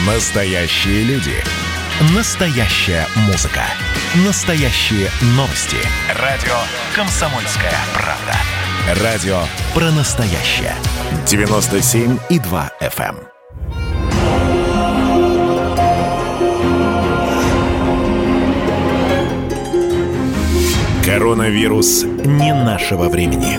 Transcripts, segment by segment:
Настоящие люди. Настоящая музыка. Настоящие новости. Радио «Комсомольская правда». Радио про настоящее. 97,2 FM. Коронавирус не нашего времени.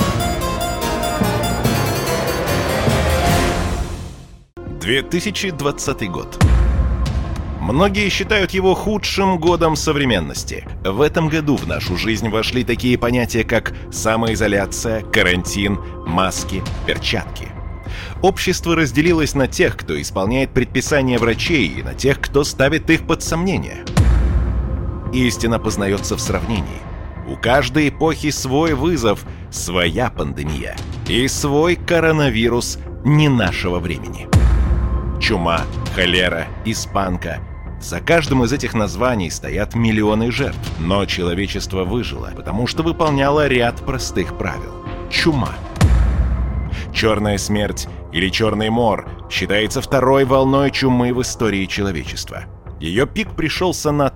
«2020 год. Многие считают его худшим годом современности. В этом году в нашу жизнь вошли такие понятия, как самоизоляция, карантин, маски, перчатки. Общество разделилось на тех, кто исполняет предписания врачей, и на тех, кто ставит их под сомнение. Истина познается в сравнении. У каждой эпохи свой вызов, своя пандемия и свой коронавирус не нашего времени. Чума, холера, испанка. За каждым из этих названий стоят миллионы жертв. Но человечество выжило, потому что выполняло ряд простых правил. Чума. Черная смерть или черный мор считается второй волной чумы в истории человечества. Ее пик пришелся на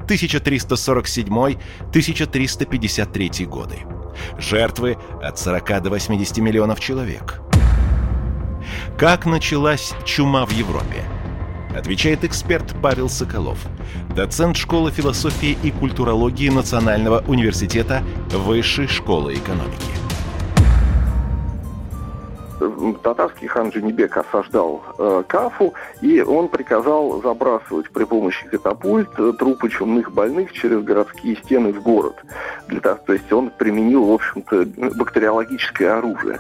1347-1353 годы. Жертвы от 40 до 80 миллионов человек. Как началась чума в Европе? Отвечает эксперт Павел Соколов, доцент школы философии и культурологии Национального университета Высшей школы экономики. Татарский хан Джанибек осаждал Кафу, и он приказал забрасывать при помощи катапульт трупы чумных больных через городские стены в город. То есть он применил, в общем-то, бактериологическое оружие.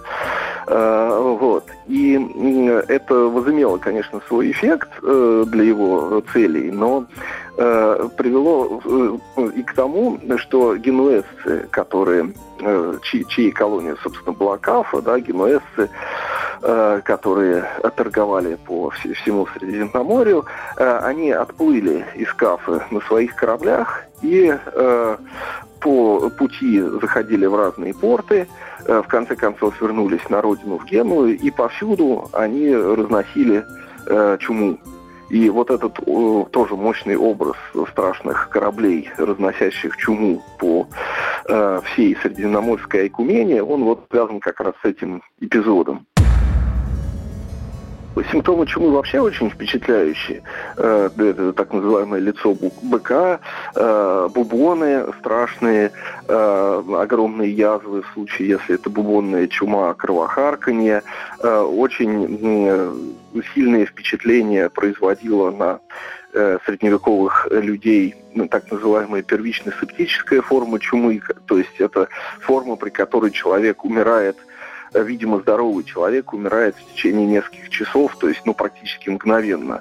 И это возымело, конечно, свой эффект для его целей, но привело и к тому, что генуэзцы, чьей колонией, собственно, была Кафа, да, генуэзцы, которые торговали по всему Средиземноморью, они отплыли из Кафы на своих кораблях и по пути заходили в разные порты, в конце концов вернулись на родину в Геную, и повсюду они разносили чуму. И вот этот тоже мощный образ страшных кораблей, разносящих чуму по всей Средиземноморской айкумене, он вот связан как раз с этим эпизодом. Симптомы чумы вообще очень впечатляющие. Это так называемое лицо быка, бубоны страшные, огромные язвы в случае, если это бубонная чума, кровохарканье. Очень сильное впечатление производило на средневековых людей так называемая первично-септическая форма чумы, то есть это форма, при которой человек умирает, видимо, здоровый человек умирает в течение нескольких часов, то есть, практически мгновенно.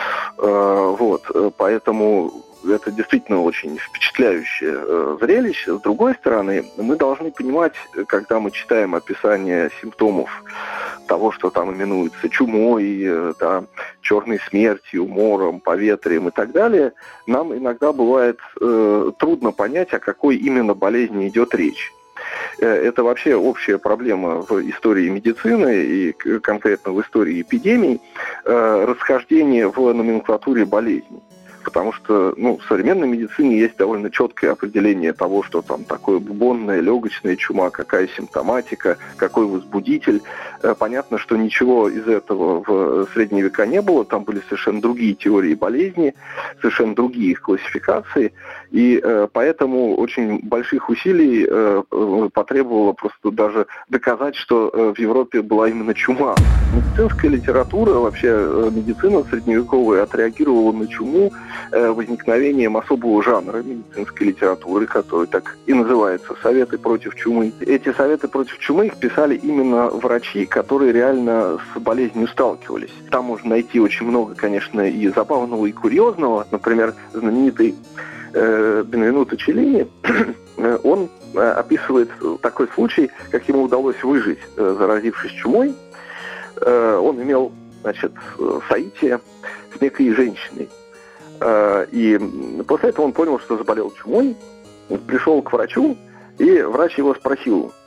Поэтому это действительно очень впечатляющее зрелище. С другой стороны, мы должны понимать, когда мы читаем описание симптомов того, что там именуется чумой, черной смертью, мором, поветрием и так далее, нам иногда бывает трудно понять, о какой именно болезни идет речь. Это вообще общая проблема в истории медицины и конкретно в истории эпидемий, расхождение в номенклатуре болезней. Потому что в современной медицине есть довольно четкое определение того, что там такое бубонная, легочная чума, какая симптоматика, какой возбудитель. Понятно, что ничего из этого в средние века не было, там были совершенно другие теории болезни, совершенно другие их классификации, и поэтому очень больших усилий потребовало просто даже доказать, что в Европе была именно чума. Медицинская литература, вообще медицина средневековая отреагировала на чуму возникновением особого жанра медицинской литературы, который так и называется «Советы против чумы». Эти советы против чумы их писали именно врачи, которые реально с болезнью сталкивались. Там можно найти очень много, конечно, и забавного, и курьезного. Например, знаменитый Бенвенуто Челлини, он описывает такой случай, как ему удалось выжить, заразившись чумой. Он имел, соитие с некой женщиной. И после этого он понял, что заболел чумой, пришел к врачу, и врач его спросил: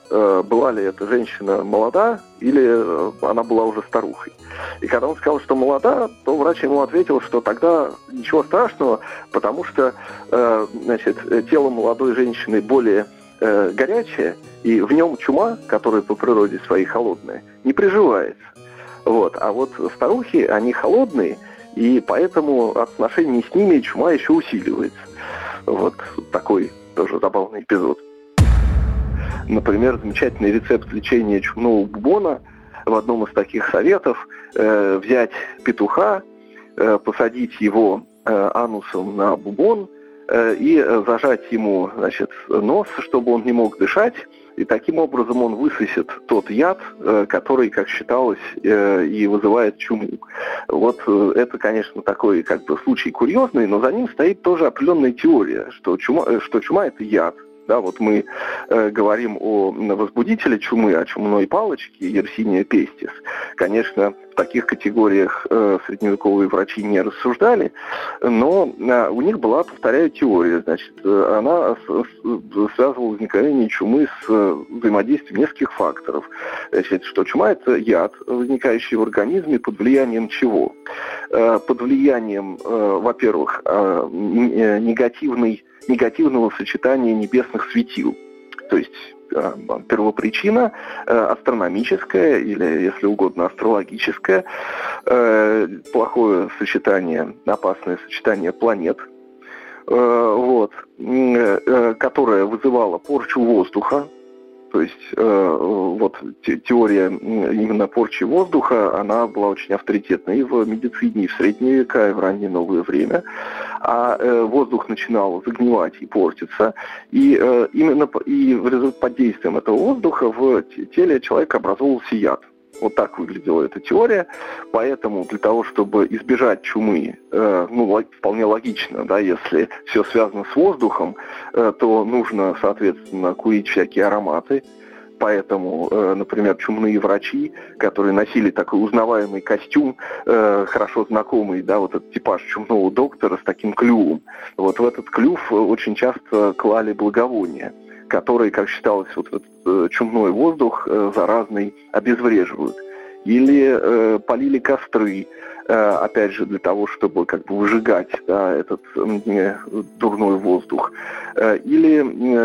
была ли эта женщина молода или она была уже старухой. И когда он сказал, что молода, то врач ему ответил, что тогда ничего страшного, потому что тело молодой женщины более горячее, и в нем чума, которая по природе своей холодная, не приживается. Вот. А вот старухи, они холодные, и поэтому от отношений с ними чума еще усиливается. Вот такой тоже забавный эпизод. Например, замечательный рецепт лечения чумного бубона. В одном из таких советов взять петуха, посадить его анусом на бубон и зажать ему, нос, чтобы он не мог дышать. И таким образом он высосет тот яд, который, как считалось, и вызывает чуму. Вот это, конечно, такой случай курьезный, но за ним стоит тоже определенная теория, что чума – это яд. Да, вот мы говорим о возбудителе чумы, о чумной палочке Yersinia pestis. Конечно, в таких категориях средневековые врачи не рассуждали, но у них была, повторяю, теория. Она связывала возникновение чумы с взаимодействием нескольких факторов. Что чума – это яд, возникающий в организме под влиянием чего? Под влиянием, во-первых, негативного сочетания небесных светил. То есть первопричина астрономическая, или, если угодно, астрологическая, плохое сочетание, опасное сочетание планет, которое вызывало порчу воздуха. То есть теория именно порчи воздуха, она была очень авторитетна и в медицине, и в средние века, и в раннее новое время. А воздух начинал загнивать и портиться. И именно под действием этого воздуха в теле человека образовывался яд. Вот так выглядела эта теория. Поэтому для того, чтобы избежать чумы, вполне логично, да, если все связано с воздухом, то нужно, соответственно, курить всякие ароматы. Поэтому, например, чумные врачи, которые носили такой узнаваемый костюм, хорошо знакомый, да, вот этот типаж чумного доктора с таким клювом, вот в этот клюв очень часто клали благовония, которые, как считалось, вот этот чумной воздух заразный обезвреживают. Или полили костры, опять же, для того, чтобы выжигать, да, этот дурной воздух. Или,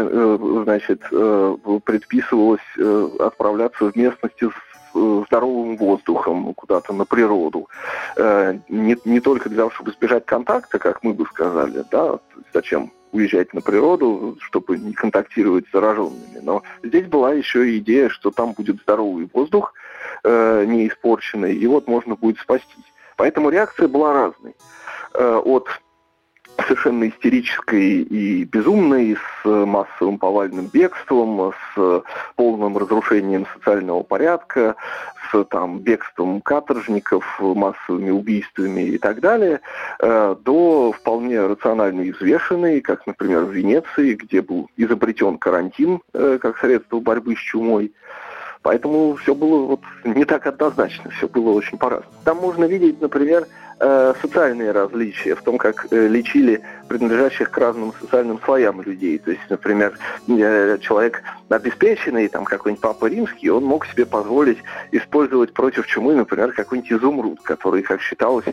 предписывалось отправляться в местности с здоровым воздухом куда-то на природу. Не только для того, чтобы избежать контакта, как мы бы сказали, да, зачем уезжать на природу, чтобы не контактировать с зараженными. Но здесь была еще и идея, что там будет здоровый воздух, не испорченный, и вот можно будет спастись. Поэтому реакция была разной. От совершенно истерической и безумной, с массовым повальным бегством, с полным разрушением социального порядка, с бегством каторжников, массовыми убийствами и так далее, до вполне рационально и взвешенной, как, например, в Венеции, где был изобретен карантин как средство борьбы с чумой. Поэтому все было не так однозначно, все было очень по-разному. Там можно видеть, например, социальные различия в том, как лечили принадлежащих к разным социальным слоям людей. То есть, например, человек обеспеченный, какой-нибудь Папа Римский, он мог себе позволить использовать против чумы, например, какой-нибудь изумруд, который, как считалось,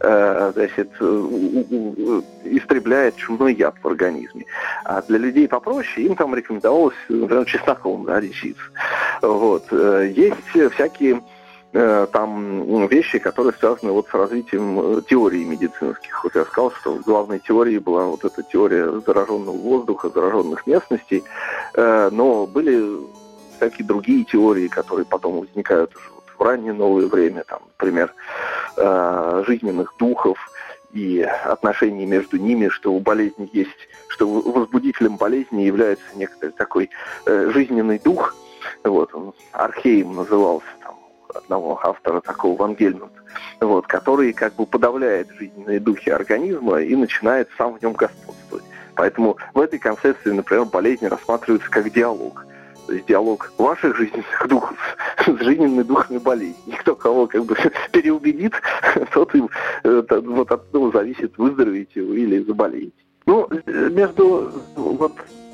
истребляет чумной яд в организме. А для людей попроще им рекомендовалось, например, чесноком, да, лечиться. Есть всякие вещи, которые связаны с развитием теорий медицинских. Я сказал, что главной теорией была эта теория зараженного воздуха, зараженных местностей, но были всякие другие теории, которые потом возникают уже в раннее новое время, например, жизненных духов и отношений между ними, что у болезни есть, что возбудителем болезни является некоторый такой жизненный дух. Он Археем назывался, одного автора такого, Ван Гельмонта, который подавляет жизненные духи организма и начинает сам в нем господствовать. Поэтому в этой концепции, например, болезнь рассматривается как диалог. То есть диалог ваших жизненных духов с жизненными духами болезни. Кто кого переубедит, тот от этого зависит, выздоровеете вы или заболеете. Между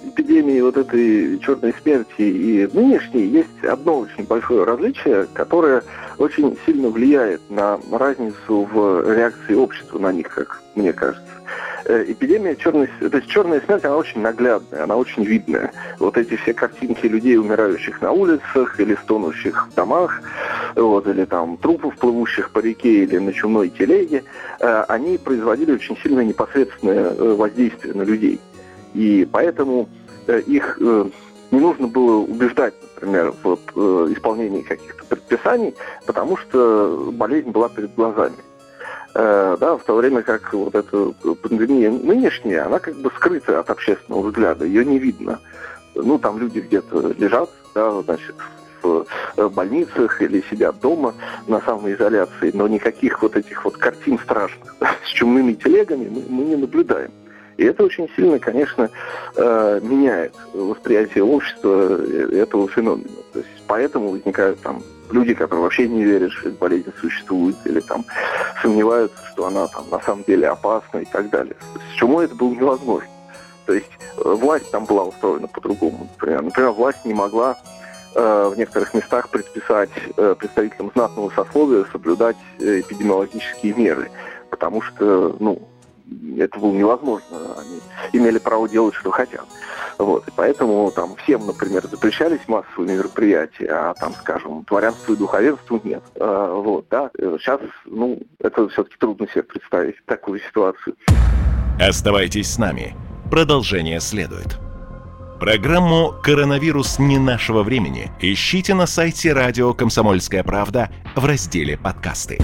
эпидемии вот этой черной смерти и нынешней есть одно очень большое различие, которое очень сильно влияет на разницу в реакции общества на них, как мне кажется. Эпидемия черная смерть, она очень наглядная, она очень видная. Вот эти все картинки людей, умирающих на улицах или стонущих в домах, или там трупов, плывущих по реке или на чумной телеге, они производили очень сильно непосредственное воздействие на людей. И поэтому их не нужно было убеждать, например, в исполнении каких-то предписаний, потому что болезнь была перед глазами. В то время как вот эта пандемия нынешняя, она как бы скрыта от общественного взгляда, ее не видно. Там люди где-то лежат, в больницах или сидят дома на самоизоляции, но никаких вот этих вот картин страшных с чумными телегами мы не наблюдаем. И это очень сильно, конечно, меняет восприятие общества этого феномена. То есть поэтому возникают там люди, которые вообще не верят, что эта болезнь существует, или там сомневаются, что она там на самом деле опасна и так далее. С чумой это было невозможно. То есть власть там была устроена по-другому. Например, власть не могла в некоторых местах предписать представителям знатного сословия соблюдать эпидемиологические меры, потому что, это было невозможно. Они имели право делать, что хотят. И поэтому там всем, например, запрещались массовые мероприятия, а там, скажем, дворянству и духовенству нет. Сейчас, это все-таки трудно себе представить такую ситуацию. Оставайтесь с нами. Продолжение следует. Программу «Коронавирус не нашего времени» ищите на сайте радио «Комсомольская правда» в разделе «Подкасты».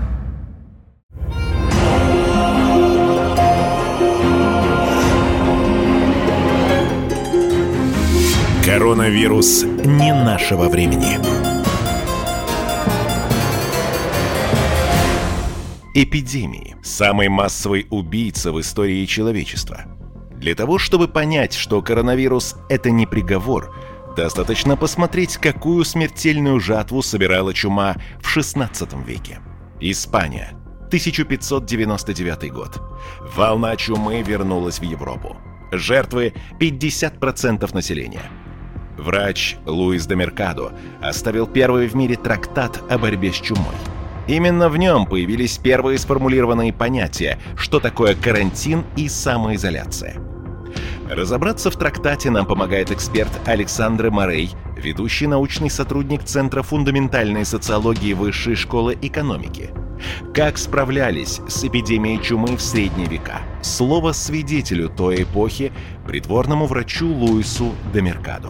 Коронавирус не нашего времени. Эпидемии – самый массовый убийца в истории человечества. Для того, чтобы понять, что коронавирус – это не приговор, достаточно посмотреть, какую смертельную жатву собирала чума в XVI веке. Испания, 1599 год. Волна чумы вернулась в Европу. Жертвы – 50% населения. Врач Луис де Меркадо оставил первый в мире трактат о борьбе с чумой. Именно в нем появились первые сформулированные понятия, что такое карантин и самоизоляция. Разобраться в трактате нам помогает эксперт Александр Морей, ведущий научный сотрудник Центра фундаментальной социологии Высшей школы экономики. Как справлялись с эпидемией чумы в средние века? Слово свидетелю той эпохи, придворному врачу Луису де Меркадо.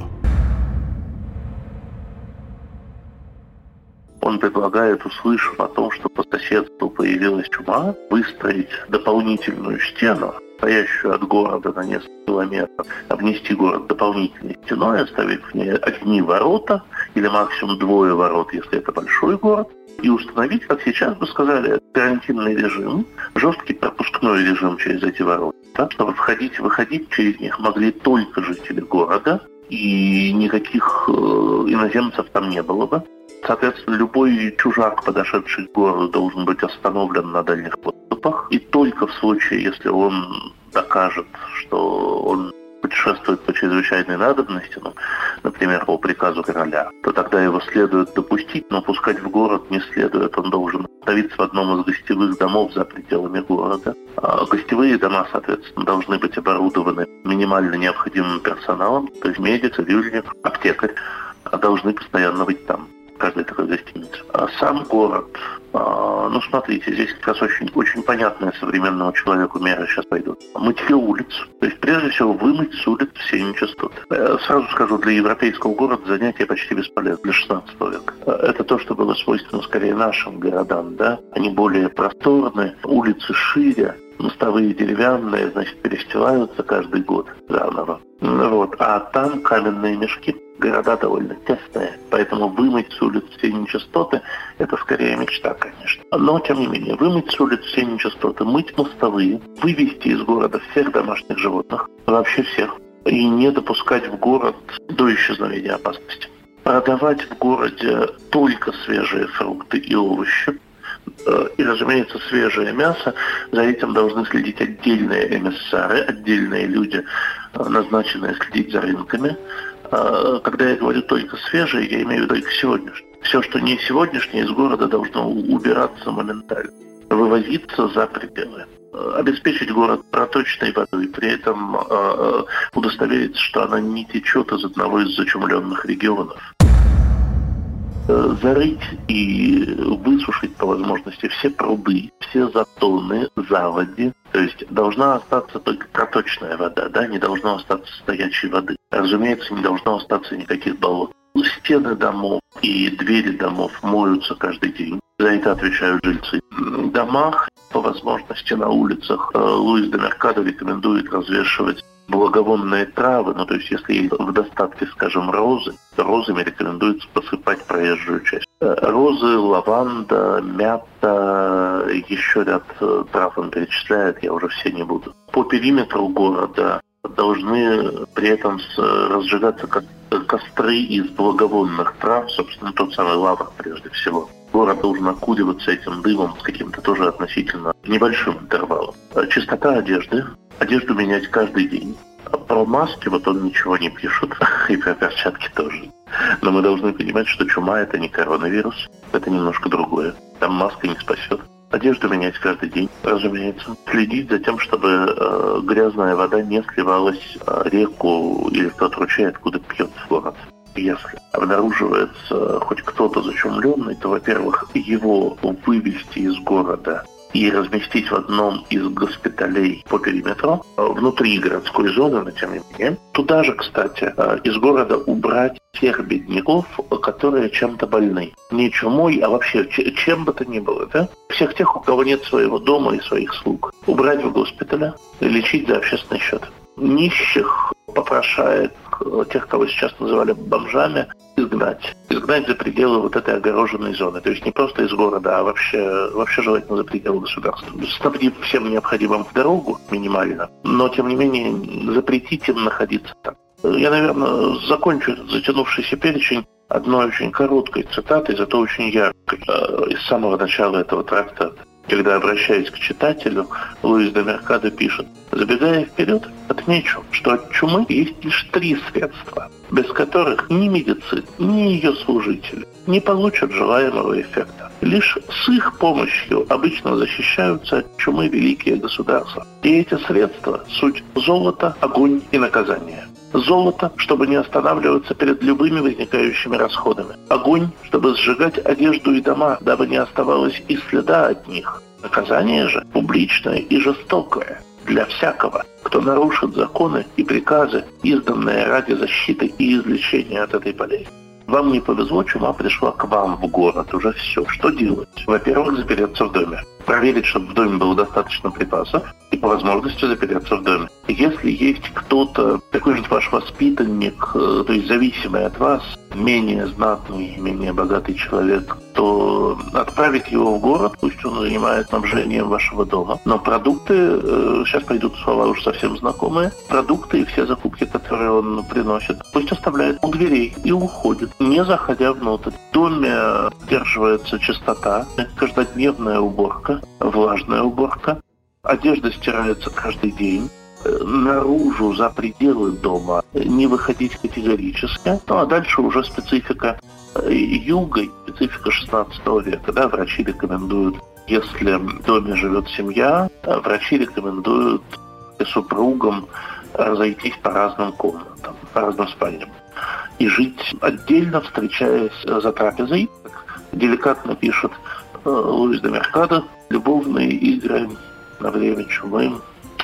Он предлагает, услышав о том, что по соседству появилась чума, выстроить дополнительную стену, стоящую от города на несколько километров, обнести город дополнительной стеной, оставить в ней одни ворота или максимум 2 ворот, если это большой город, и установить, как сейчас бы сказали, карантинный режим, жесткий пропускной режим через эти ворота, так, чтобы входить и выходить через них могли только жители города, и никаких иноземцев там не было бы. Соответственно, любой чужак, подошедший к городу, должен быть остановлен на дальних подступах. И только в случае, если он докажет, что он путешествует по чрезвычайной надобности, например, по приказу короля, то тогда его следует допустить, но пускать в город не следует. Он должен остановиться в одном из гостевых домов за пределами города. А гостевые дома, соответственно, должны быть оборудованы минимально необходимым персоналом, то есть медик, цивильник, аптекарь должны постоянно быть там. Каждой такой гостинице. А сам город, смотрите, здесь как раз очень понятные современному человеку меры сейчас пойдут. Мытье улиц, то есть прежде всего вымыть с улиц все нечистоты. Сразу скажу, для европейского города занятие почти бесполезно, для 16 века. Это то, что было свойственно скорее нашим городам, да? Они более просторные, улицы шире, мостовые деревянные, перестилаются каждый год заново. А там каменные мешки. Города довольно тесные, поэтому вымыть с улиц все нечистоты – это скорее мечта, конечно. Но, тем не менее, вымыть с улиц все нечистоты, мыть мостовые, вывести из города всех домашних животных, вообще всех, и не допускать в город до исчезновения опасности. Продавать в городе только свежие фрукты и овощи, И, разумеется, свежее мясо. За этим должны следить отдельные эмиссары, отдельные люди, назначенные следить за рынками. Когда я говорю только свежее, я имею в виду только сегодняшнее. Все, что не сегодняшнее, из города должно убираться моментально, вывозиться за пределы. Обеспечить город проточной водой, при этом удостовериться, что она не течет из одного из зачумленных регионов. Зарыть и высушить по возможности все пруды, все затоны, заводи. То есть должна остаться только проточная вода, да, не должно остаться стоячей воды. Разумеется, не должно остаться никаких болот. Стены домов и двери домов моются каждый день. За это отвечают жильцы. В домах, по возможности на улицах, Луис де Меркадо рекомендует развешивать благовонные травы, то есть если есть в достатке, скажем, розы, то розами рекомендуется посыпать проезжую часть. Розы, лаванда, мята, еще ряд трав он перечисляет, я уже все не буду. По периметру города должны при этом разжигаться костры из благовонных трав, собственно, тот самый лавр прежде всего. Город должен окуриваться этим дымом с каким-то тоже относительно небольшим интервалом. Чистота одежды. Одежду менять каждый день. Про маски он ничего не пишет, и про перчатки тоже. Но мы должны понимать, что чума – это не коронавирус, это немножко другое. Там маска не спасет. Одежду менять каждый день, разумеется. Следить за тем, чтобы грязная вода не сливалась в реку или в тот ручей, откуда пьет город. Если обнаруживается хоть кто-то зачумленный, то, во-первых, его вывести из города и разместить в одном из госпиталей по периметру, внутри городской зоны, но тем не менее. Туда же, кстати, из города убрать тех бедняков, которые чем-то больны. Не чумой, а вообще чем бы то ни было, да? Всех тех, у кого нет своего дома и своих слуг. Убрать в госпиталя и лечить за общественный счет. Нищих, попрошаек, тех, кого сейчас называли бомжами, изгнать. Изгнать за пределы этой огороженной зоны. То есть не просто из города, а вообще желательно за пределы государства. Снабдив всем необходимым в дорогу минимально, но тем не менее запретить им находиться там. Я, наверное, закончу этот затянувшийся перечень одной очень короткой цитатой, зато очень яркой, из самого начала этого трактата. Когда, обращаясь к читателю, Луис де Меркадо пишет: «Забегая вперед, отмечу, что от чумы есть лишь 3 средства, без которых ни медицина, ни ее служители не получат желаемого эффекта. Лишь с их помощью обычно защищаются от чумы великие государства. И эти средства – суть золото, огонь и наказание. Золото, чтобы не останавливаться перед любыми возникающими расходами. Огонь, чтобы сжигать одежду и дома, дабы не оставалось и следа от них. Наказание же публичное и жестокое для всякого, кто нарушит законы и приказы, изданные ради защиты и излечения от этой болезни. Вам не повезло, чума пришла к вам в город, уже все. Что делать? Во-первых, запереться в доме. Проверить, чтобы в доме было достаточно припасов, и по возможности запереться в доме. Если есть кто-то, какой-нибудь ваш воспитанник, то есть зависимый от вас, менее знатный, менее богатый человек, то отправить его в город, пусть он занимается снабжением вашего дома. Но продукты, сейчас пойдут слова уж совсем знакомые, продукты и все закупки, которые он приносит, пусть оставляет у дверей и уходит, не заходя внутрь. В доме поддерживается чистота, каждодневная уборка, влажная уборка. Одежда стирается каждый день. Наружу, за пределы дома не выходить категорически. Ну а дальше уже специфика юга, специфика 16 века. Да, врачи рекомендуют, если в доме живет семья, врачи рекомендуют супругам разойтись по разным комнатам, по разным спальням. И жить отдельно, встречаясь за трапезой. Деликатно пишет Луис де Меркадо: любовные игры на время чумы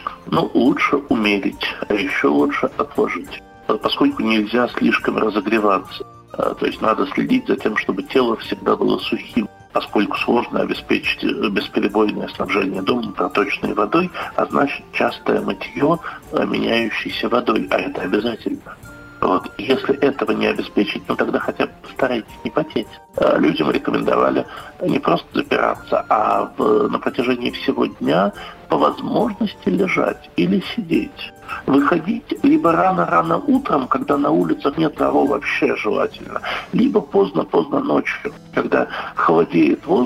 лучше умерить, а еще лучше отложить, поскольку нельзя слишком разогреваться. То есть надо следить за тем, чтобы тело всегда было сухим, поскольку сложно обеспечить бесперебойное снабжение дома проточной водой, а значит частое мытье меняющейся водой, а это обязательно. Если этого не обеспечить, тогда хотя бы постарайтесь не потеть. Людям рекомендовали не просто запираться, а на протяжении всего дня по возможности лежать или сидеть. Выходить либо рано-рано утром, когда на улицах нет того вообще желательно, либо поздно-поздно ночью, когда холодеет воздух,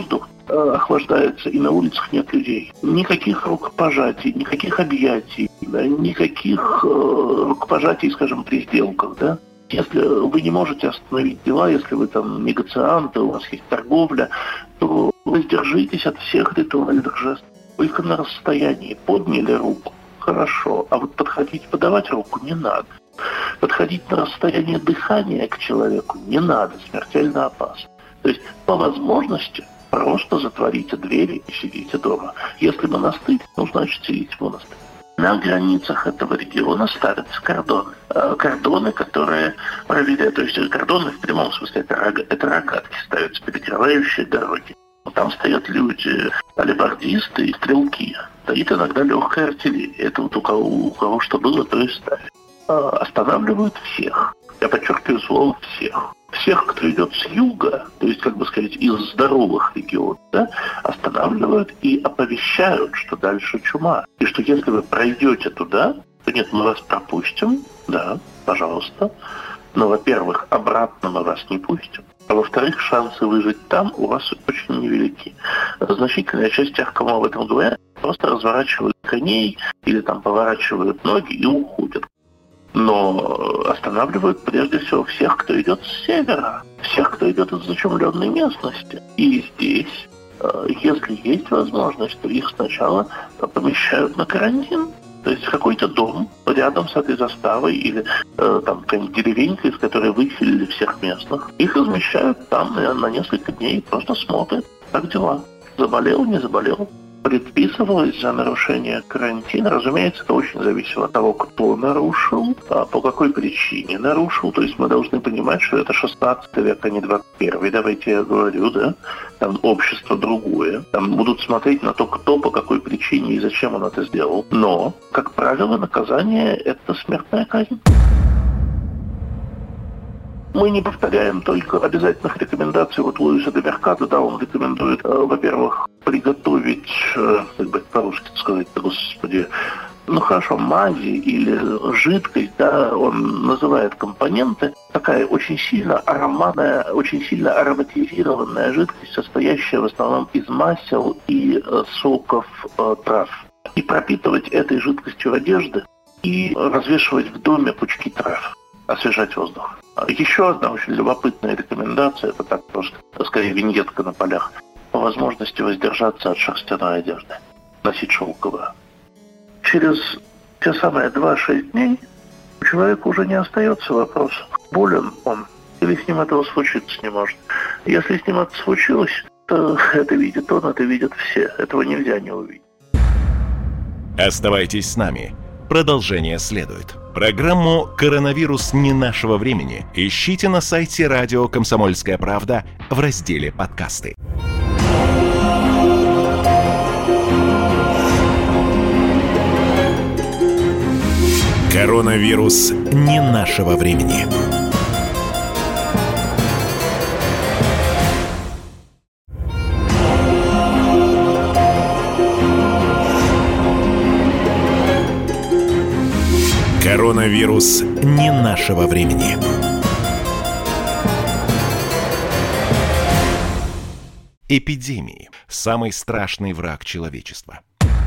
охлаждается, и на улицах нет людей. Никаких рукопожатий, никаких объятий, да, никаких рукопожатий, скажем, при сделках, да. Если вы не можете остановить дела, если вы там негацианты, у вас есть торговля, то воздержитесь от всех ритуальных жестов. Только на расстоянии подняли руку, хорошо, а вот подходить, подавать руку не надо. Подходить на расстояние дыхания к человеку не надо, смертельно опасно. То есть, по возможности, просто затворите двери и сидите дома. Если монастырь, ну, значит, сидите в монастыре. На границах этого региона ставятся кордоны. Кордоны, которые проверяют, то есть кордоны в прямом смысле, это рогатки ставятся, перекрывающие дороги. Там стоят люди, алибардисты и стрелки. Стоит иногда легкая артиллерия. Это вот у кого что было, то и ставят. Останавливают всех. Я подчеркиваю слово «всех». Всех, кто идет с юга, то есть, как бы сказать, из здоровых регионов, да, останавливают и оповещают, что дальше чума. И что если вы пройдете туда, то нет, мы вас пропустим, да, пожалуйста. Но, во-первых, обратно мы вас не пустим. А во-вторых, шансы выжить там у вас очень невелики. Значительная часть тех, кому об этом говорят, просто разворачивают коней или там поворачивают ноги и уходят. Но останавливают прежде всего всех, кто идет с севера, всех, кто идет из зачумленной местности. И здесь, если есть возможность, то их сначала помещают на карантин. То есть в какой-то дом рядом с этой заставой или там какая-нибудь деревенька, из которой выселили всех местных. Их размещают там на несколько дней и просто смотрят, как дела. Заболел, не заболел. Предписывалось за нарушение карантина. Разумеется, это очень зависело от того, кто нарушил, по какой причине нарушил. То есть мы должны понимать, что это 16 век, а не 21. Давайте я говорю, да? Там общество другое. Там будут смотреть на то, кто, по какой причине и зачем он это сделал. Но, как правило, наказание – это смертная казнь. Мы не повторяем только обязательных рекомендаций вот Луиса де Меркадо, да, он рекомендует, во-первых, приготовить, как бы по-русски сказать, господи, ну хорошо, мази или жидкость, да, он называет компоненты, такая очень сильно ароматная, очень сильно ароматизированная жидкость, состоящая в основном из масел и соков трав. И пропитывать этой жидкостью одежды и развешивать в доме пучки трав, освежать воздух. Еще одна очень любопытная рекомендация, это так просто, скорее виньетка на полях, по возможности воздержаться от шерстяной одежды, носить шелковую. Через те самые 2-6 дней у человека уже не остается вопроса, болен он или с ним этого случиться не может. Если с ним это случилось, то это видит он, это видят все, этого нельзя не увидеть. Оставайтесь с нами. Продолжение следует. Программу «Коронавирус не нашего времени» ищите на сайте радио «Комсомольская правда» в разделе «Подкасты». Коронавирус не нашего времени. Коронавирус не нашего времени. Эпидемии – самый страшный враг человечества.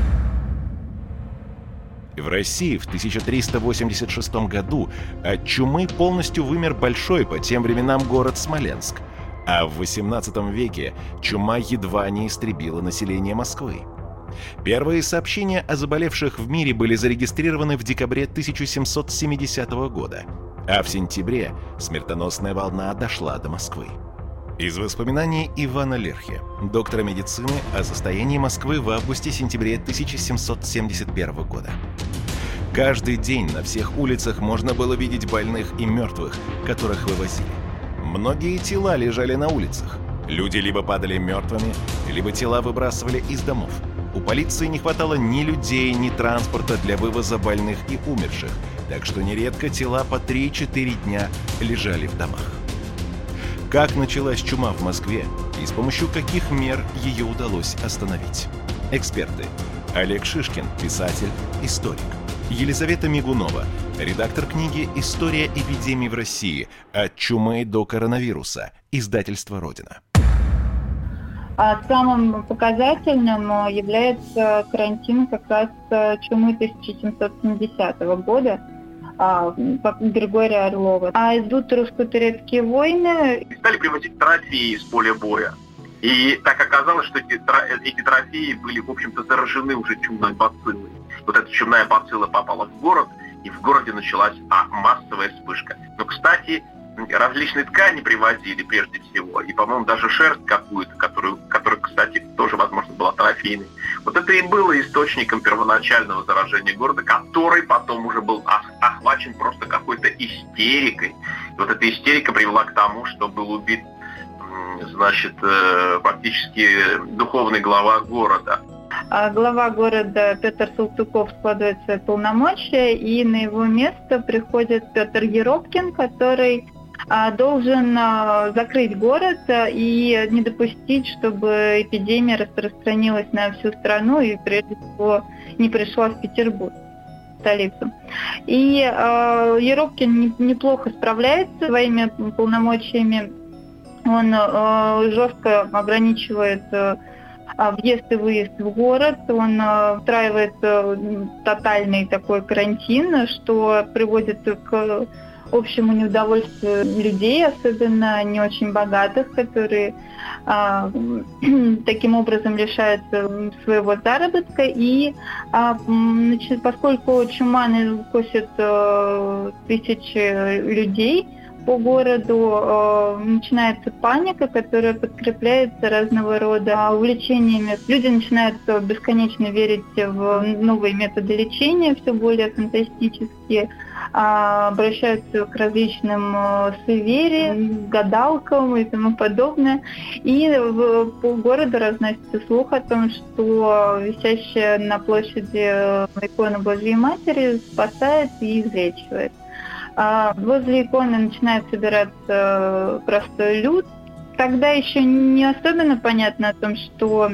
В России в 1386 году от чумы полностью вымер большой по тем временам город Смоленск, а в XVIII веке чума едва не истребила население Москвы. Первые сообщения о заболевших в мире были зарегистрированы в декабре 1770 года, а в сентябре смертоносная волна дошла до Москвы. Из воспоминаний Ивана Лерхе, доктора медицины, о состоянии Москвы в августе-сентябре 1771 года. Каждый день на всех улицах можно было видеть больных и мертвых, которых вывозили. Многие тела лежали на улицах. Люди либо падали мертвыми, либо тела выбрасывали из домов. У полиции не хватало ни людей, ни транспорта для вывоза больных и умерших, так что нередко тела по 3-4 дня лежали в домах. Как началась чума в Москве и с помощью каких мер ее удалось остановить? Эксперты. Олег Шишкин, писатель, историк. Елизавета Мигунова, редактор книги «История эпидемий в России. От чумы до коронавируса», издательство «Родина». А самым показательным является карантин как раз чумы 1770 года Григория Орлова. А идут русско-турецкие войны. Стали привозить трофеи с поля боя. И так оказалось, что эти трофеи были, в общем-то, заражены уже чумной бациллой. Вот эта чумная бацилла попала в город, и в городе началась массовая вспышка. Но, кстати, различные ткани привозили прежде всего, и, по-моему, даже шерсть какую-то, которая, кстати, тоже, возможно, была трофейной. Вот это и было источником первоначального заражения города, который потом уже был охвачен просто какой-то истерикой. И вот эта истерика привела к тому, что был убит, фактически духовный глава города. Глава города Петр Салтыков складывает свои полномочия, и на его место приходит Петр Еропкин, который должен закрыть город и не допустить, чтобы эпидемия распространилась на всю страну и, прежде всего, не пришла в Петербург, столицу. И Еропкин неплохо справляется со своими полномочиями. Он жестко ограничивает въезд и выезд в город, он устраивает тотальный такой карантин, что приводит к общему неудовольствию людей, особенно не очень богатых, которые таким образом лишаются своего заработка. И поскольку чума косит тысячи людей по городу, начинается паника, которая подкрепляется разного рода увлечениями. Люди начинают бесконечно верить в новые методы лечения, все более фантастические, обращаются к различным суевериям, гадалкам и тому подобное. И по городу разносится слух о том, что висящая на площади икона Божьей Матери спасает и излечивает. Возле иконы начинает собираться простой люд. Тогда еще не особенно понятно о том, что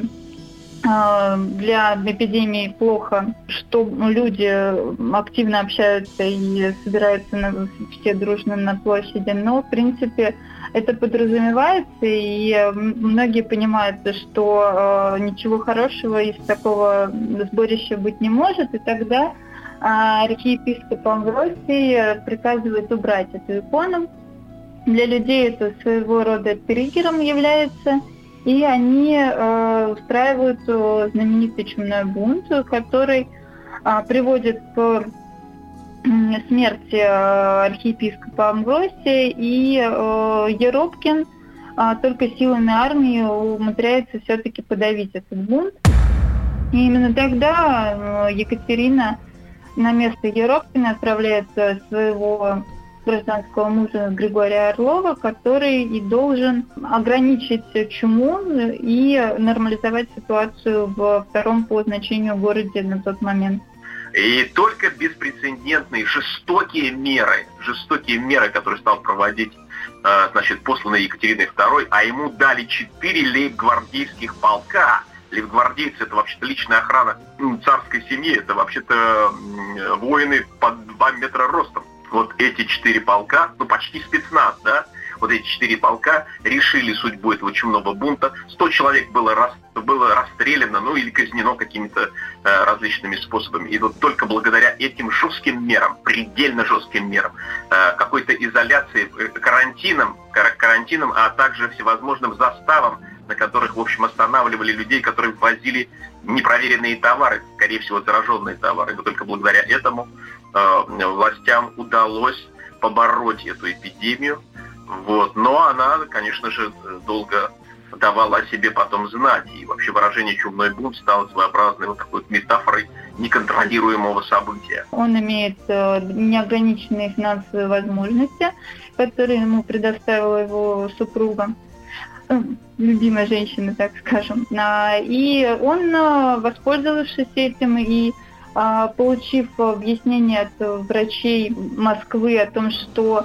для эпидемии плохо, что люди активно общаются и собираются все дружно на площади, но в принципе это подразумевается, и многие понимают, что ничего хорошего из такого сборища быть не может, и тогда архиепископ Амвросий приказывает убрать эту икону. Для людей это своего рода триггером является, и они устраивают знаменитый чумной бунт, который приводит к смерти архиепископа Амвросия, и Еропкин только силами армии умудряется все-таки подавить этот бунт. И именно тогда Екатерина на место Еропкина отправляет своего гражданского мужа Григория Орлова, который и должен ограничить чуму и нормализовать ситуацию во втором по значению городе на тот момент. И только беспрецедентные жестокие меры, которые стал проводить посланный Екатериной II, а ему дали 4 лейб-гвардейских полка. Лейб-гвардейцы — это вообще-то личная охрана царской семьи, это вообще-то воины под 2 метра ростом. Вот эти 4 полка, почти спецназ, да, вот эти 4 полка решили судьбу этого чумного бунта. 100 человек было расстреляно, или казнено какими-то различными способами. И вот только благодаря этим жестким мерам, предельно жестким мерам, какой-то изоляции, карантином, а также всевозможным заставам, на которых, в общем, останавливали людей, которые ввозили непроверенные товары, скорее всего, зараженные товары. Но только благодаря этому властям удалось побороть эту эпидемию. Вот. Но она, конечно же, долго давала о себе потом знать. И вообще выражение «чумной бунт» стало своеобразной такой метафорой неконтролируемого события. Он имеет неограниченные финансовые возможности, которые ему предоставила его супруга, любимая женщина, так скажем. И он, воспользовавшись этим и получив объяснение от врачей Москвы о том, что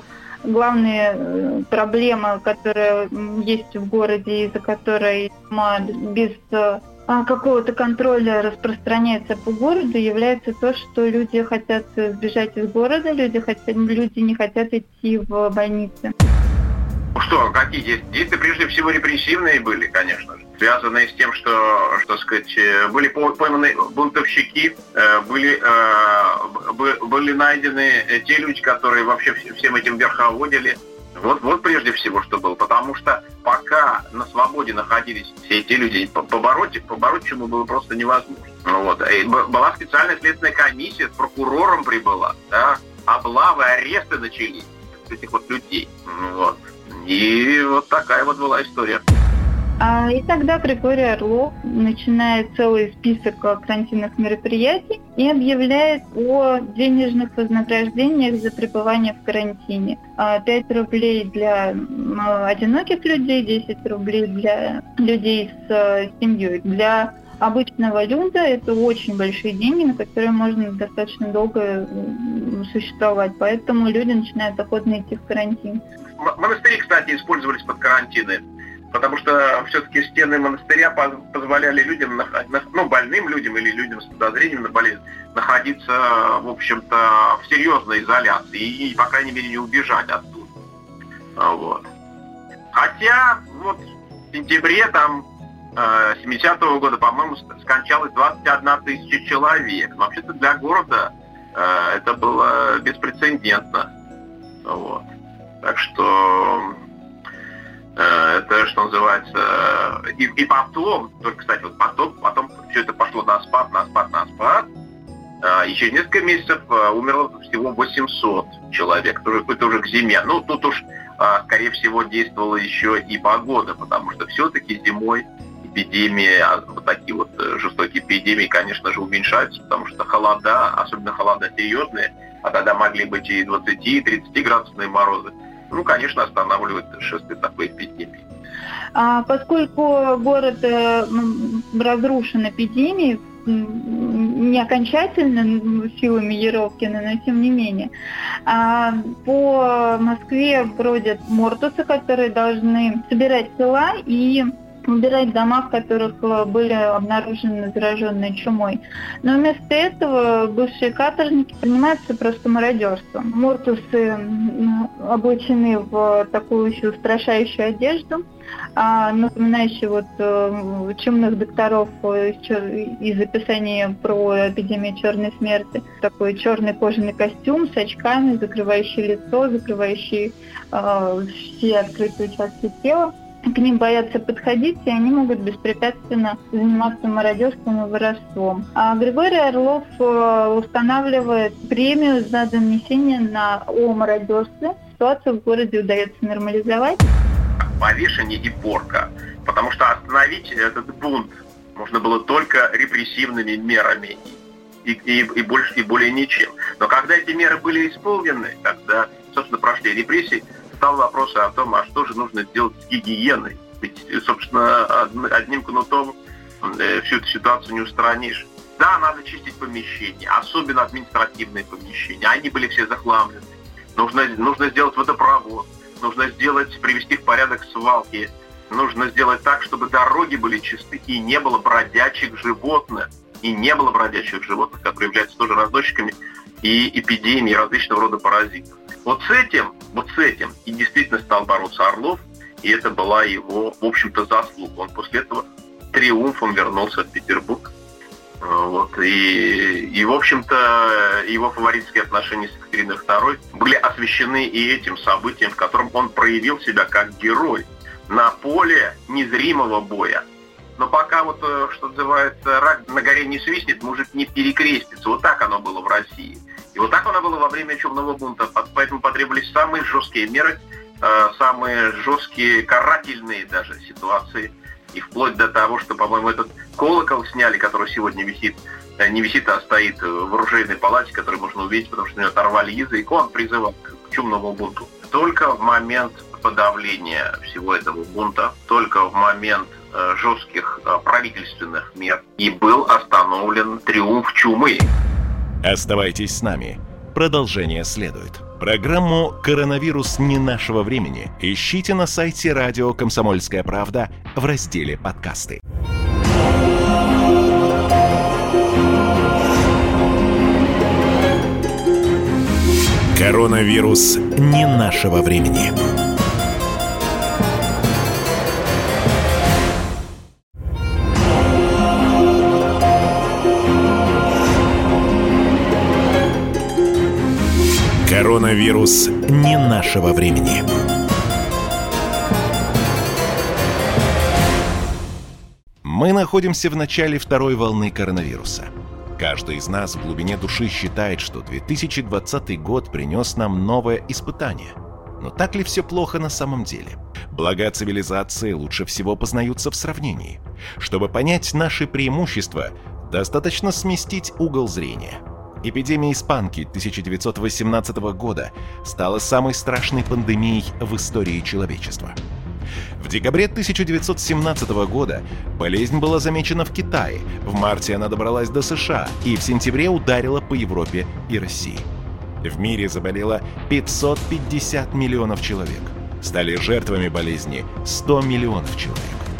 главная проблема, которая есть в городе, из-за которой без какого-то контроля распространяется по городу, является то, что люди хотят сбежать из города, люди не хотят идти в больницы. что, какие действия? Действия прежде всего репрессивные были, конечно же, связанные с тем, что сказать, были пойманы бунтовщики, были найдены те люди, которые вообще всем этим верховодили. Вот прежде всего, что было. Потому что пока на свободе находились все эти люди, побороть чему было просто невозможно. Вот. И была специальная следственная комиссия, с прокурором прибыла, да, облавы, аресты начались этих вот людей. Вот. И вот такая вот была история. И тогда Григорий Орлов начинает целый список карантинных мероприятий и объявляет о денежных вознаграждениях за пребывание в карантине. 5 рублей для одиноких людей, 10 рублей для людей с семьей. Для обычного люда это очень большие деньги, на которые можно достаточно долго существовать. Поэтому люди начинают охотно идти в карантин. Монастыри, кстати, использовались под карантины, потому что все-таки стены монастыря позволяли людям, больным людям или людям с подозрением на болезнь, находиться, в общем-то, в серьезной изоляции и, по крайней мере, не убежать оттуда. Вот. Хотя вот в сентябре 70-го года, по-моему, скончалось 21 тысяча человек. Но вообще-то для города это было беспрецедентно. Вот. Так что это, что называется, и потом, только, кстати, вот потом все это пошло на спад, и через несколько месяцев умерло всего 800 человек, это уже к зиме. Ну, тут уж, скорее всего, действовала еще и погода, потому что все-таки зимой эпидемии, вот такие вот жестокие эпидемии, конечно же, уменьшаются, потому что холода, особенно холода серьезные, а тогда могли быть и 20-30 градусные морозы, конечно, останавливают шествие такой эпидемии. Поскольку город разрушен эпидемией, не окончательно силами Еровкина, но тем не менее, по Москве бродят мортусы, которые должны собирать тела и убирать дома, в которых были обнаружены зараженные чумой. Но вместо этого бывшие каторжники занимаются просто мародерством. Мортусы облачены в такую еще устрашающую одежду, напоминающую чумных докторов из описания про эпидемию черной смерти. Такой черный кожаный костюм с очками, закрывающий лицо, закрывающий все открытые участки тела. К ним боятся подходить, и они могут беспрепятственно заниматься мародерством и воровством. А Григорий Орлов устанавливает премию за донесение о мародерстве. Ситуацию в городе удается нормализовать. Повешение и порка. Потому что остановить этот бунт можно было только репрессивными мерами и больше и более ничем. Но когда эти меры были исполнены, когда, собственно, прошли репрессии, стал вопрос о том, а что же нужно сделать с гигиеной. Ведь, собственно, одним кнутом всю эту ситуацию не устранишь. Да, надо чистить помещения, особенно административные помещения. Они были все захламлены. Нужно сделать водопровод, нужно привести в порядок свалки, нужно сделать так, чтобы дороги были чисты и не было бродячих животных. Которые являются тоже разносчиками и эпидемий различного рода паразитов. Вот с этим и действительно стал бороться Орлов, и это была его, в общем-то, заслуга. Он после этого триумфом вернулся в Петербург. И, в общем-то, его фаворитские отношения с Екатериной II были освещены и этим событием, в котором он проявил себя как герой на поле незримого боя. Но пока что называется, рак на горе не свистнет, мужик не перекрестится. Вот так оно было в России. И вот так оно было во время чумного бунта. Поэтому потребовались самые жесткие меры, самые жесткие карательные даже ситуации. И вплоть до того, что, по-моему, этот колокол сняли, который сегодня не висит, а стоит в оружейной палате, который можно увидеть, потому что у него оторвали язык. Он призывал к чумному бунту. Только в момент подавления всего этого бунта, только в момент жестких правительственных мер и был остановлен триумф чумы. Оставайтесь с нами. Продолжение следует. Программу «Коронавирус не нашего времени» ищите на сайте радио «Комсомольская правда» в разделе «Подкасты». Коронавирус не нашего времени. Коронавирус не нашего времени. Мы находимся в начале второй волны коронавируса. Каждый из нас в глубине души считает, что 2020 год принес нам новое испытание. Но так ли все плохо на самом деле? Блага цивилизации лучше всего познаются в сравнении. Чтобы понять наши преимущества, достаточно сместить угол зрения. Эпидемия испанки 1918 года стала самой страшной пандемией в истории человечества. В декабре 1917 года болезнь была замечена в Китае, в марте она добралась до США и в сентябре ударила по Европе и России. В мире заболело 550 миллионов человек. Стали жертвами болезни 100 миллионов человек.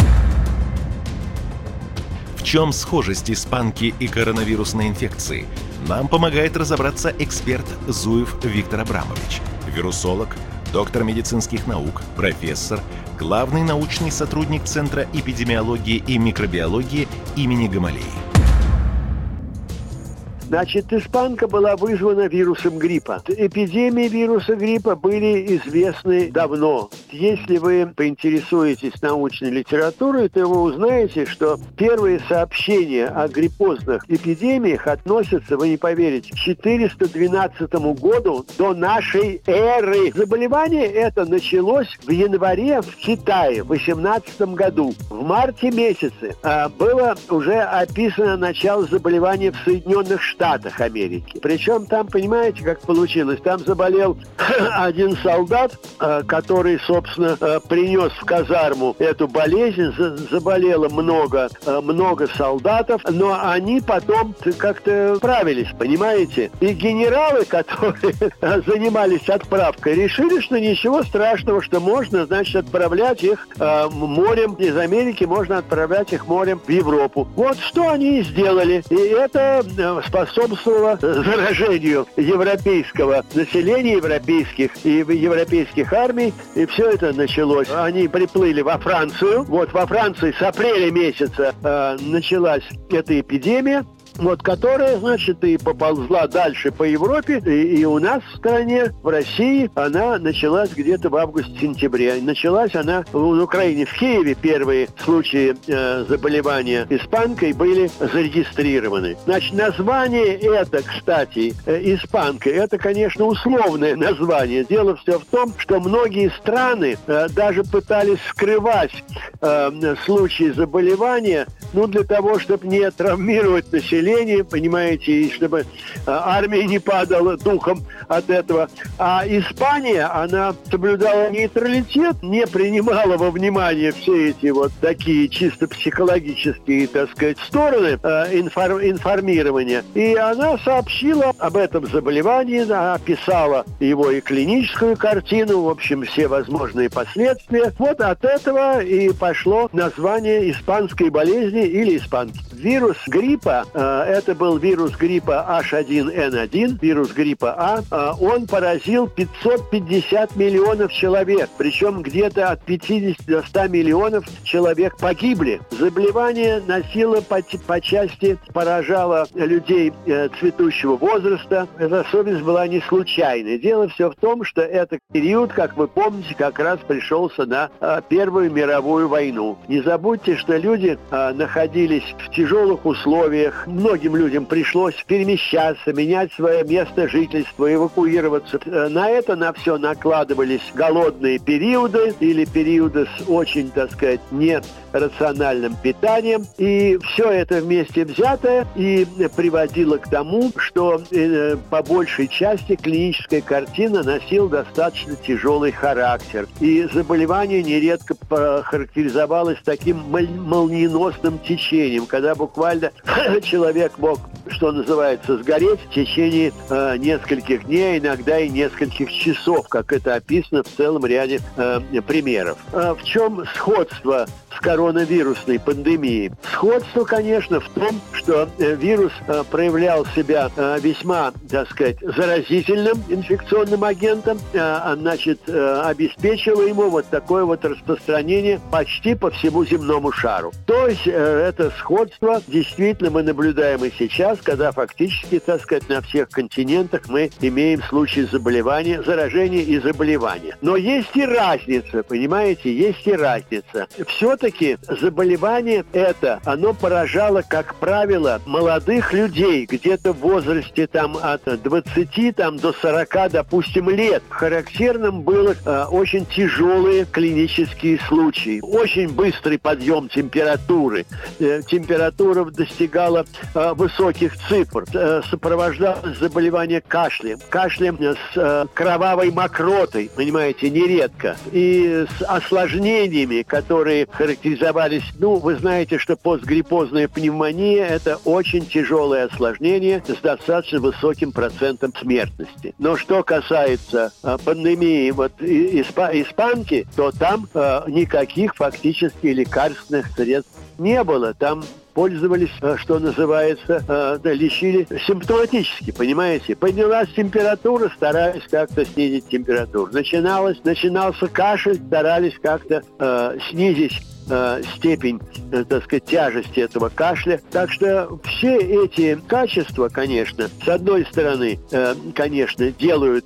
В чем схожесть испанки и коронавирусной инфекции, нам помогает разобраться эксперт Зуев Виктор Абрамович, вирусолог, доктор медицинских наук, профессор, главный научный сотрудник Центра эпидемиологии и микробиологии имени Гамалеи. Значит, испанка была вызвана вирусом гриппа. Эпидемии вируса гриппа были известны давно. Если вы поинтересуетесь научной литературой, то вы узнаете, что первые сообщения о гриппозных эпидемиях относятся, вы не поверите, к 412 году до нашей эры. Заболевание это началось в январе в Китае в 18 году. В марте месяце было уже описано начало заболевания в Соединенных Штатах Америки. Причем там, понимаете, как получилось? Там заболел один солдат, который, собственно, принес в казарму эту болезнь. Заболело много солдатов, но они потом как-то справились, понимаете? И генералы, которые занимались отправкой, решили, что ничего страшного, что можно, значит, отправлять их морем из Америки, можно отправлять их морем в Европу. Вот что они и сделали. И это способствовало заражению европейского населения, европейских армий, и все это началось. Они приплыли во Францию. Вот во Франции с апреля месяца началась эта эпидемия, вот, которая, значит, и поползла дальше по Европе, и у нас в стране, в России, она началась где-то в августе-сентябре. Началась она в Украине, в Киеве первые случаи заболевания испанкой были зарегистрированы. Значит, название это, кстати, испанка, это, конечно, условное название. Дело все в том, что многие страны даже пытались скрывать случаи заболевания, для того, чтобы не травмировать население, понимаете, и чтобы армия не падала духом от этого. А Испания, она соблюдала нейтралитет, не принимала во внимание все эти вот такие чисто психологические, так сказать, стороны информирования. И она сообщила об этом заболевании, описала его и клиническую картину, в общем, все возможные последствия. Вот от этого и пошло название испанской болезни или испанки. Вирус гриппа, это был вирус гриппа H1N1, вирус гриппа А, он поразил 550 миллионов человек, причем где-то от 50 до 100 миллионов человек погибли. Заболевание носило по части, поражало людей цветущего возраста. Эта особенность была не случайной. Дело все в том, что этот период, как вы помните, как раз пришелся на Первую мировую войну. Не забудьте, что люди находились в тяжелых условиях. Многим людям пришлось перемещаться, менять свое место жительства, эвакуироваться. На все накладывались голодные периоды или периоды с очень, так сказать, нерациональным питанием. И все это вместе взятое и приводило к тому, что по большей части клиническая картина носила достаточно тяжелый характер. И заболевание нередко характеризовалось таким молниеносным течением, когда буквально человек мог, что называется, сгореть в течение нескольких дней, иногда и нескольких часов, как это описано в целом ряде примеров. В чем сходство с коронавирусной пандемией? Сходство, конечно, в том, что вирус проявлял себя весьма, так сказать, заразительным инфекционным агентом, обеспечивало ему вот такое вот распространение почти по всему земному шару. То есть это сходство действительно мы наблюдаем и сейчас, сейчас, когда фактически, так сказать, на всех континентах мы имеем случаи заболевания, заражения и заболевания. Но есть и разница, понимаете, есть и разница. Все-таки заболевание это, оно поражало, как правило, молодых людей, где-то в возрасте там от 20 там, до 40, допустим, лет. Характерным было очень тяжелые клинические случаи, очень быстрый подъем температуры. Температура достигала высоких цифр, сопровождалось заболевание кашлем с кровавой мокротой, понимаете, нередко, и с осложнениями, которые характеризовались, вы знаете, что постгриппозная пневмония – это очень тяжелое осложнение с достаточно высоким процентом смертности. Но что касается пандемии испанки, то там никаких фактически лекарственных средств не было. Там пользовались, что называется, лечили симптоматически, понимаете. Поднялась температура, старались как-то снизить температуру. Начинался кашель, старались как-то снизить степень, так сказать, тяжести этого кашля. Так что все эти качества, конечно, с одной стороны, конечно, делают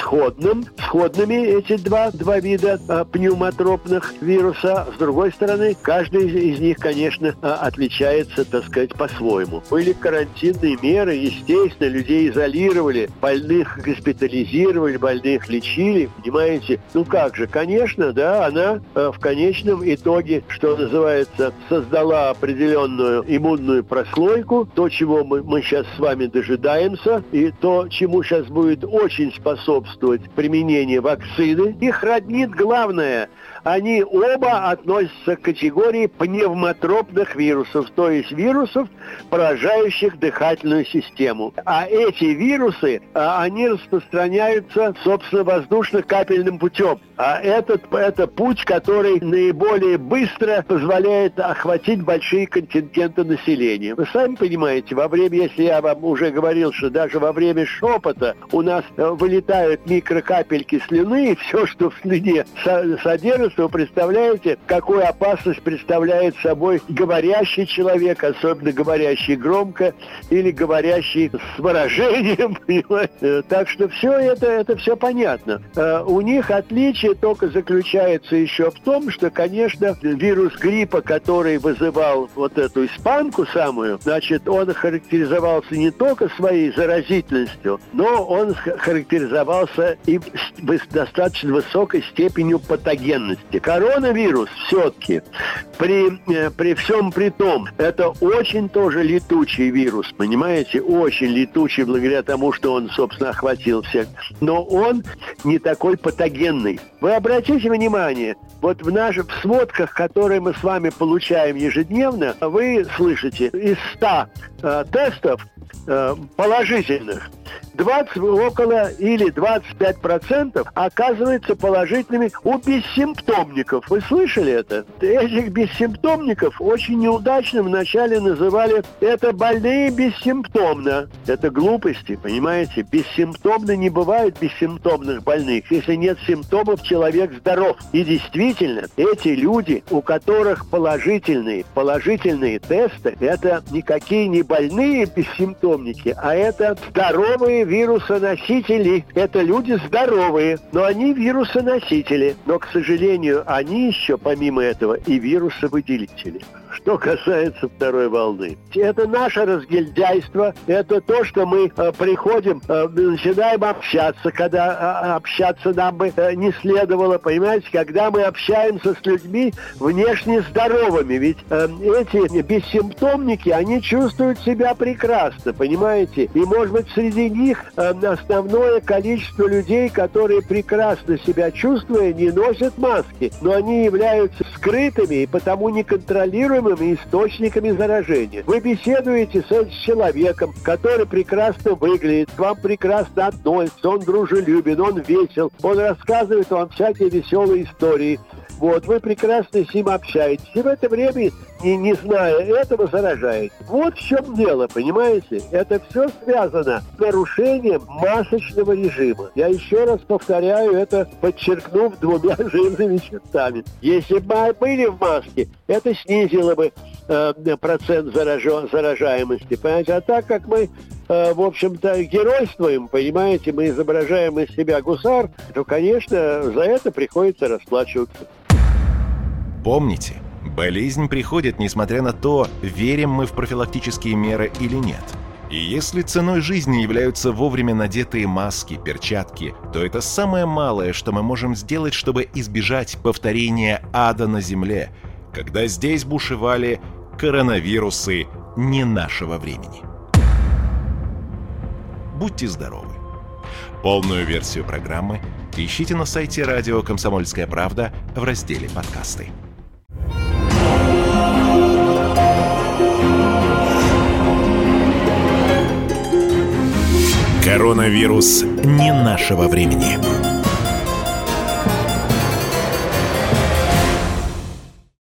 сходными эти два вида пневмотропных вируса. С другой стороны, каждый из них, конечно, отличается, так сказать, по-своему. Были карантинные меры, естественно, людей изолировали, больных госпитализировали, больных лечили, понимаете. Как же, конечно, да, она в конечном итоге, что называется, создала определенную иммунную прослойку, то, чего мы сейчас с вами дожидаемся, и то, чему сейчас будет очень способствовать применение вакцины. Их роднит главное. Они оба относятся к категории пневмотропных вирусов, то есть вирусов, поражающих дыхательную систему. А эти вирусы, они распространяются, собственно, воздушно-капельным путем. А это путь, который наиболее быстро позволяет охватить большие контингенты населения. Вы сами понимаете, если я вам уже говорил, что даже во время шепота у нас вылетают микрокапельки слюны, и все, что в слюне содержится, вы представляете, какую опасность представляет собой говорящий человек, особенно говорящий громко или говорящий с выражением, понимаете? Так что все это все понятно. У них отличие только заключается еще в том, что, конечно, вирус гриппа, который вызывал вот эту испанку самую, значит, он характеризовался не только своей заразительностью, но он характеризовался и с достаточно высокой степенью патогенности. Коронавирус все-таки при всем при том, это очень тоже летучий вирус, понимаете, очень летучий благодаря тому, что он, собственно, охватил всех, но он не такой патогенный. Вы обратите внимание, вот в сводках, которые мы с вами получаем ежедневно, вы слышите, из 100 тестов положительных, 20 около или 25% оказывается положительными у бессимптомников. Вы слышали это? Этих бессимптомников очень неудачно вначале называли это больные бессимптомно. Это глупости, понимаете? Бессимптомно не бывает бессимптомных больных. Если нет симптомов, человек здоров. И действительно, эти люди, у которых положительные тесты, это никакие не больные бессимптомники, а это здоровые вирусоносители. Это люди здоровые, но они вирусоносители. Но, к сожалению, они еще, помимо этого, и вирусовыделители. Что касается второй волны, это наше разгильдяйство, это то, что мы приходим, начинаем общаться, когда общаться нам бы не следовало, понимаете, когда мы общаемся с людьми внешне здоровыми, ведь эти бессимптомники, они чувствуют себя прекрасно, понимаете, и, может быть, среди них основное количество людей, которые прекрасно себя чувствуя, не носят маски, но они являются скрытыми и потому неконтролируемыми источниками заражения. Вы беседуете с человеком, который прекрасно выглядит, к вам прекрасно относится, он дружелюбен, он весел, он рассказывает вам всякие веселые истории. Вот, вы прекрасно с ним общаетесь. И в это время, не зная этого, заражаете. Вот в чем дело, понимаете? Это все связано с нарушением масочного режима. Я еще раз повторяю это, подчеркнув двумя жирными чертами. Если бы мы были в маске, это снизило бы процент заражаемости, понимаете? А так как мы, в общем-то, геройствуем, понимаете, мы изображаем из себя гусар, то, конечно, за это приходится расплачиваться. Помните, болезнь приходит, несмотря на то, верим мы в профилактические меры или нет. И если ценой жизни являются вовремя надетые маски, перчатки, то это самое малое, что мы можем сделать, чтобы избежать повторения ада на земле, когда здесь бушевали коронавирусы не нашего времени. Будьте здоровы! Полную версию программы ищите на сайте радио «Комсомольская правда» в разделе «Подкасты». Коронавирус не нашего времени.